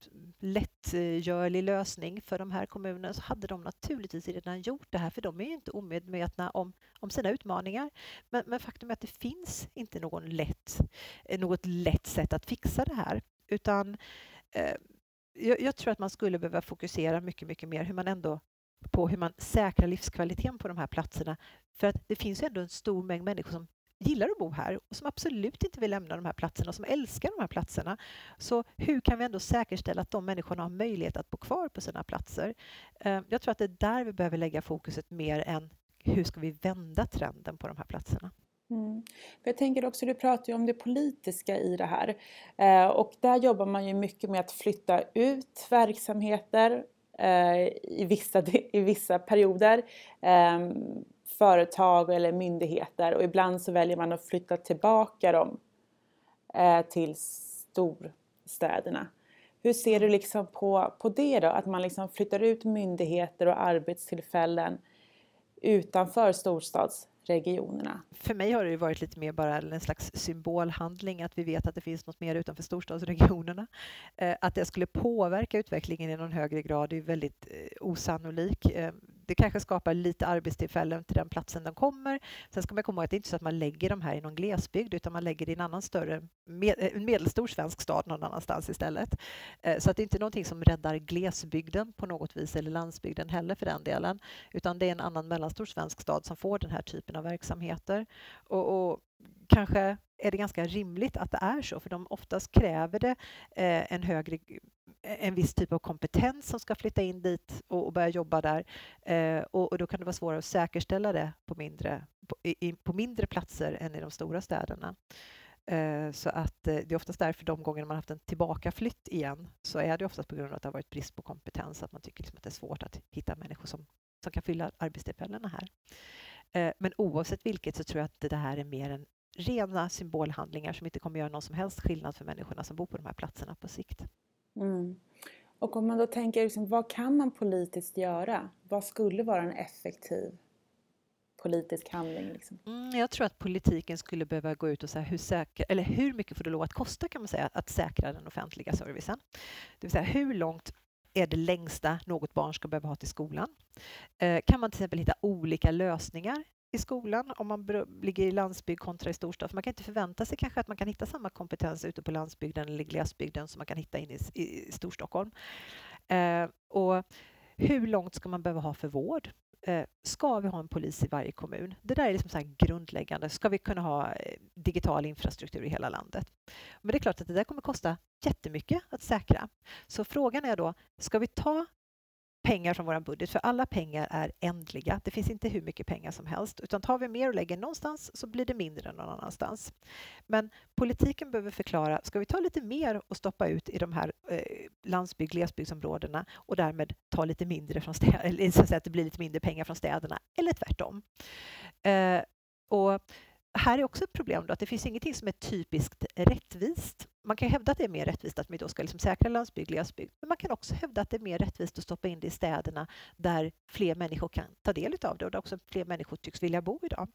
lättgörlig lösning för de här kommunerna så hade de naturligtvis redan gjort det här, för de är ju inte omedvetna om, om sina utmaningar. Men, men faktum är att det finns inte någon lätt, något lätt sätt att fixa det här, utan eh, jag, jag tror att man skulle behöva fokusera mycket, mycket mer hur man ändå på hur man säkrar livskvaliteten på de här platserna. För att det finns ju ändå en stor mängd människor som gillar att bo här och som absolut inte vill lämna de här platserna och som älskar de här platserna. Så hur kan vi ändå säkerställa att de människorna har möjlighet att bo kvar på sina platser? Jag tror att det är där vi behöver lägga fokuset mer än hur ska vi vända trenden på de här platserna. Mm. För jag tänker också, du pratar ju om det politiska i det här. Eh, och där jobbar man ju mycket med att flytta ut verksamheter eh, i, vissa, i vissa perioder. Eh, företag eller myndigheter. Och ibland så väljer man att flytta tillbaka dem eh, till storstäderna. Hur ser du liksom på, på det då? Att man liksom flyttar ut myndigheter och arbetstillfällen utanför storstadsregionerna? För mig har det varit lite mer bara en slags symbolhandling att vi vet att det finns något mer utanför storstadsregionerna. Att det skulle påverka utvecklingen i någon högre grad är väldigt osannolik. Det kanske skapar lite arbetstillfällen till den platsen de kommer. Sen ska man komma ihåg att det inte är så att man lägger dem här i någon glesbygd utan man lägger det i en annan större, en medelstor svensk stad någon annanstans istället. Så att det är inte någonting som räddar glesbygden på något vis eller landsbygden heller för den delen. Utan det är en annan mellanstor svensk stad som får den här typen av verksamheter. Och, och kanske är det ganska rimligt att det är så, för de oftast kräver det eh, en högre, en viss typ av kompetens som ska flytta in dit och, och börja jobba där. Eh, och, och då kan det vara svårare att säkerställa det på mindre, på, i, på mindre platser än i de stora städerna. Eh, så att eh, det är oftast därför de gånger man haft en tillbakaflytt igen så är det oftast på grund av att det har varit brist på kompetens, att man tycker liksom att det är svårt att hitta människor som, som kan fylla arbetstillfällena här. Eh, men oavsett vilket så tror jag att det här är mer en rena symbolhandlingar som inte kommer göra någon som helst skillnad för människorna som bor på de här platserna på sikt. Mm. Och om man då tänker, liksom, vad kan man politiskt göra? Vad skulle vara en effektiv politisk handling? Liksom? Mm, jag tror att politiken skulle behöva gå ut och säga hur, säker, eller hur mycket får det lov att kosta kan man säga att säkra den offentliga servicen. Det vill säga hur långt är det längsta något barn ska behöva ha till skolan? Eh, kan man till exempel hitta olika lösningar i skolan om man ligger i landsbygd kontra i storstad? För man kan inte förvänta sig kanske att man kan hitta samma kompetens ute på landsbygden eller glesbygden som man kan hitta in i, i Storstockholm. Eh, och hur långt ska man behöva ha för vård? Eh, ska vi ha en polis i varje kommun? Det där är liksom så här grundläggande. Ska vi kunna ha eh, digital infrastruktur i hela landet? Men det är klart att det där kommer kosta jättemycket att säkra. Så frågan är då, ska vi ta pengar från vår budget, för alla pengar är ändliga. Det finns inte hur mycket pengar som helst, utan tar vi mer och lägger någonstans så blir det mindre någon annanstans. Men politiken behöver förklara, ska vi ta lite mer och stoppa ut i de här eh, landsbygd, glesbygdsområdena och därmed ta lite mindre från städerna, eller så att säga att det blir lite mindre pengar från städerna, eller tvärtom. Eh, och här är också ett problem då, att det finns ingenting som är typiskt rättvist. Man kan hävda att det är mer rättvist att vi då ska liksom säkra landsbygd, glesbygd, men man kan också hävda att det är mer rättvist att stoppa in det i städerna där fler människor kan ta del av det och där också fler människor tycks vilja bo idag.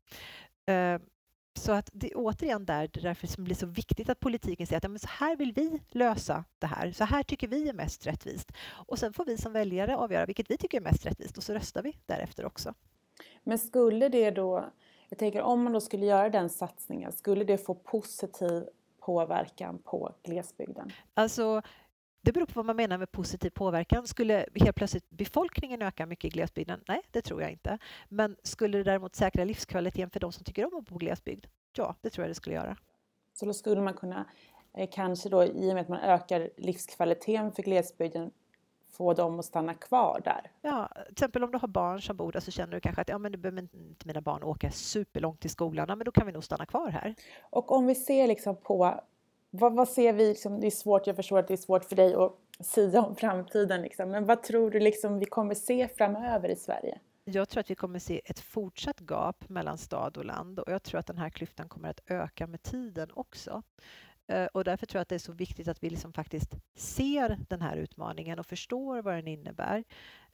Så att det är återigen där, det är därför som det blir så viktigt att politiken säger att ja, men så här vill vi lösa det här, så här tycker vi är mest rättvist. Och sen får vi som väljare avgöra vilket vi tycker är mest rättvist och så röstar vi därefter också. Men skulle det då, jag tänker om man då skulle göra den satsningen, skulle det få positiv påverkan på glesbygden? Alltså, det beror på vad man menar med positiv påverkan. Skulle helt plötsligt befolkningen öka mycket i glesbygden? Nej, det tror jag inte. Men skulle det däremot säkra livskvaliteten för de som tycker om att bo i glesbygd? Ja, det tror jag det skulle göra. Så då skulle man kunna, eh, kanske då i och med att man ökar livskvaliteten för glesbygden, få dem att stanna kvar där? Ja, till exempel om du har barn som bor där så känner du kanske att ja, men du behöver inte mina barn åka superlångt till skolan, men då kan vi nog stanna kvar här. Och om vi ser liksom på, vad, vad ser vi, liksom, det är svårt, jag förstår att det är svårt för dig att säga om framtiden, liksom, men vad tror du liksom vi kommer se framöver i Sverige? Jag tror att vi kommer se ett fortsatt gap mellan stad och land och jag tror att den här klyftan kommer att öka med tiden också. Och därför tror jag att det är så viktigt att vi liksom faktiskt ser den här utmaningen och förstår vad den innebär.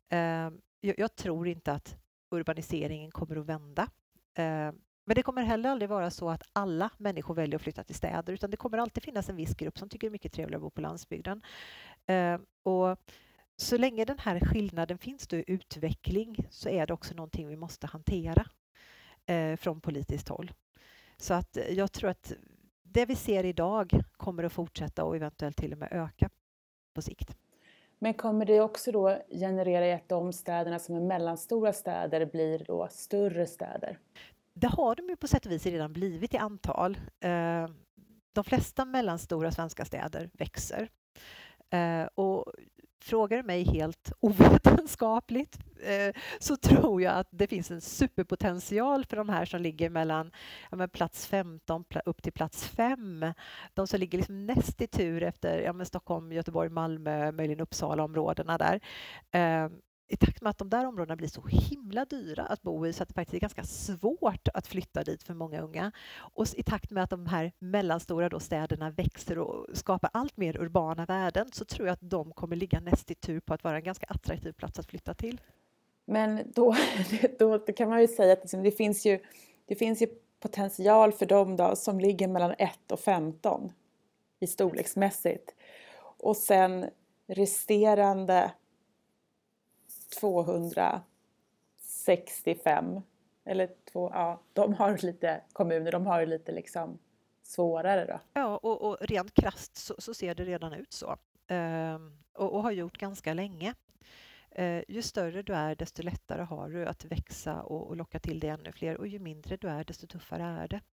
Jag tror inte att urbaniseringen kommer att vända. Men det kommer heller aldrig vara så att alla människor väljer att flytta till städer, utan det kommer alltid finnas en viss grupp som tycker det är mycket trevligare att bo på landsbygden. Och så länge den här skillnaden finns då i utveckling så är det också någonting vi måste hantera från politiskt håll. Så att jag tror att det vi ser idag kommer att fortsätta och eventuellt till och med öka på sikt. Men kommer det också då generera att de städerna som är mellanstora städer blir då större städer? Det har de ju på sätt och vis redan blivit i antal. De flesta mellanstora svenska städer växer. Och frågar du mig helt ovetenskapligt så tror jag att det finns en superpotential för de här som ligger mellan ja, men plats femton upp till plats fem. De som ligger liksom näst i tur efter ja, men Stockholm, Göteborg, Malmö, möjligen Uppsala-områdena där. I takt med att de där områdena blir så himla dyra att bo i så att det faktiskt är ganska svårt att flytta dit för många unga. Och i takt med att de här mellanstora då städerna växer och skapar allt mer urbana värden så tror jag att de kommer ligga näst i tur på att vara en ganska attraktiv plats att flytta till. Men då, då, då kan man ju säga att det finns ju, det finns ju potential för dem då som ligger mellan ett och femton i storleksmässigt. Och sen resterande tvåhundrasextiofem eller två, ja, de har lite kommuner, de har lite liksom svårare då. Ja, och, och rent krasst så, så ser det redan ut så. Ehm, och, och har gjort ganska länge. Ehm, ju större du är, desto lättare har du att växa och, och locka till dig ännu fler. Och ju mindre du är, desto tuffare är det.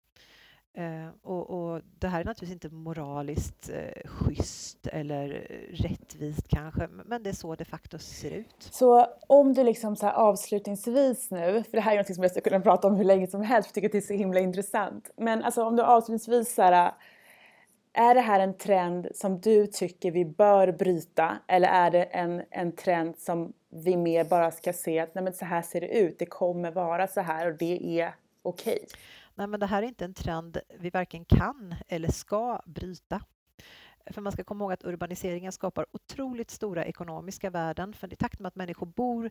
Uh, och, och det här är naturligtvis inte moraliskt uh, schysst eller rättvist kanske, men det är så det faktiskt ser ut. Så om du liksom så här avslutningsvis nu, för det här är något som jag skulle kunna prata om hur länge som helst, för jag tycker att det är så himla intressant. Men alltså om du avslutningsvis så här, är det här en trend som du tycker vi bör bryta, eller är det en, en trend som vi mer bara ska se att nej men så här ser det ut, det kommer vara så här och det är okej? Okay. Nej, men det här är inte en trend vi varken kan eller ska bryta. För man ska komma ihåg att urbaniseringen skapar otroligt stora ekonomiska värden. För i takt med att människor bor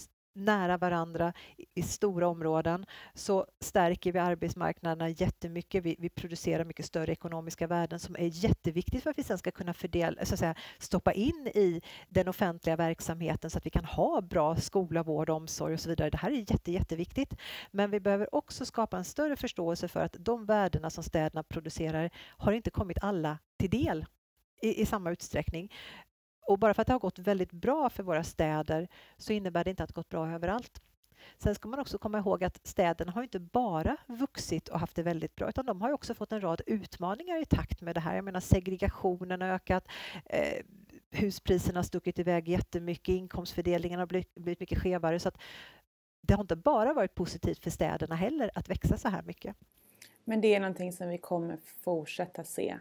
nära varandra i stora områden så stärker vi arbetsmarknaderna jättemycket. Vi, vi producerar mycket större ekonomiska värden som är jätteviktigt för att vi sen ska kunna fördela, så att säga, stoppa in i den offentliga verksamheten så att vi kan ha bra skola, vård, omsorg och så vidare. Det här är jätte, jätteviktigt. Men vi behöver också skapa en större förståelse för att de värdena som städerna producerar har inte kommit alla till del i, i samma utsträckning. Och bara för att det har gått väldigt bra för våra städer så innebär det inte att det har gått bra överallt. Sen ska man också komma ihåg att städerna har inte bara vuxit och haft det väldigt bra, utan de har också fått en rad utmaningar i takt med det här. Jag menar, segregationen har ökat, eh, huspriserna har stuckit iväg jättemycket, inkomstfördelningen har blivit, blivit mycket skevare. Så att det har inte bara varit positivt för städerna heller att växa så här mycket. Men det är någonting som vi kommer fortsätta se,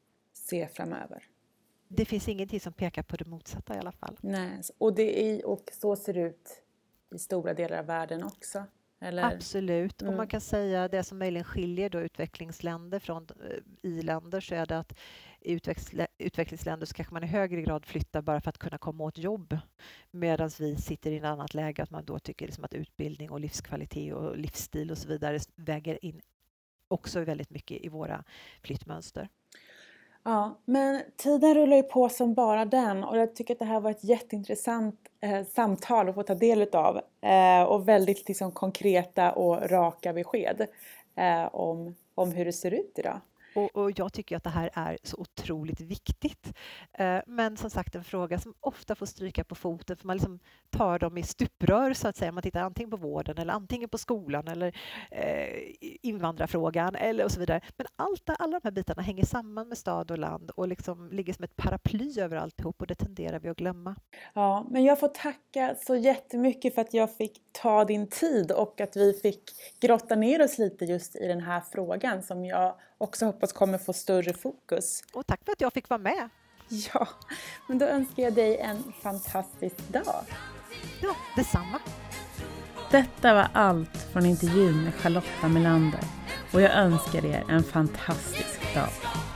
se framöver. Det finns ingenting som pekar på det motsatta i alla fall. Nej, och, det är, och så ser det ut i stora delar av världen också. Eller? Absolut, Mm. och man kan säga det som möjligen skiljer då utvecklingsländer från i-länder, så är det att i utvecklingsländer så kanske man i högre grad flyttar bara för att kunna komma åt jobb, medan vi sitter i ett annat läge, att man då tycker liksom att utbildning och livskvalitet och livsstil och så vidare väger in också väldigt mycket i våra flyttmönster. Ja, men tiden rullar ju på som bara den, och jag tycker att det här var ett jätteintressant eh, samtal att få ta del av eh, och väldigt liksom, konkreta och raka besked eh, om, om hur det ser ut idag. Och, och jag tycker att det här är så otroligt viktigt. Eh, men som sagt en fråga som ofta får stryka på foten, för man liksom tar dem i stuprör så att säga. Man tittar antingen på vården eller antingen på skolan eller eh, invandrarfrågan eller och så vidare. Men allt, alla de här bitarna hänger samman med stad och land och liksom ligger som ett paraply över alltihop, och det tenderar vi att glömma. Ja, men jag får tacka så jättemycket för att jag fick ta din tid och att vi fick grotta ner oss lite just i den här frågan som jag också hoppas kommer få större fokus. Och tack för att jag fick vara med. Ja, men då önskar jag dig en fantastisk dag. Ja, detsamma. Detta var allt från intervjun med Charlotta Melander, och jag önskar er en fantastisk dag.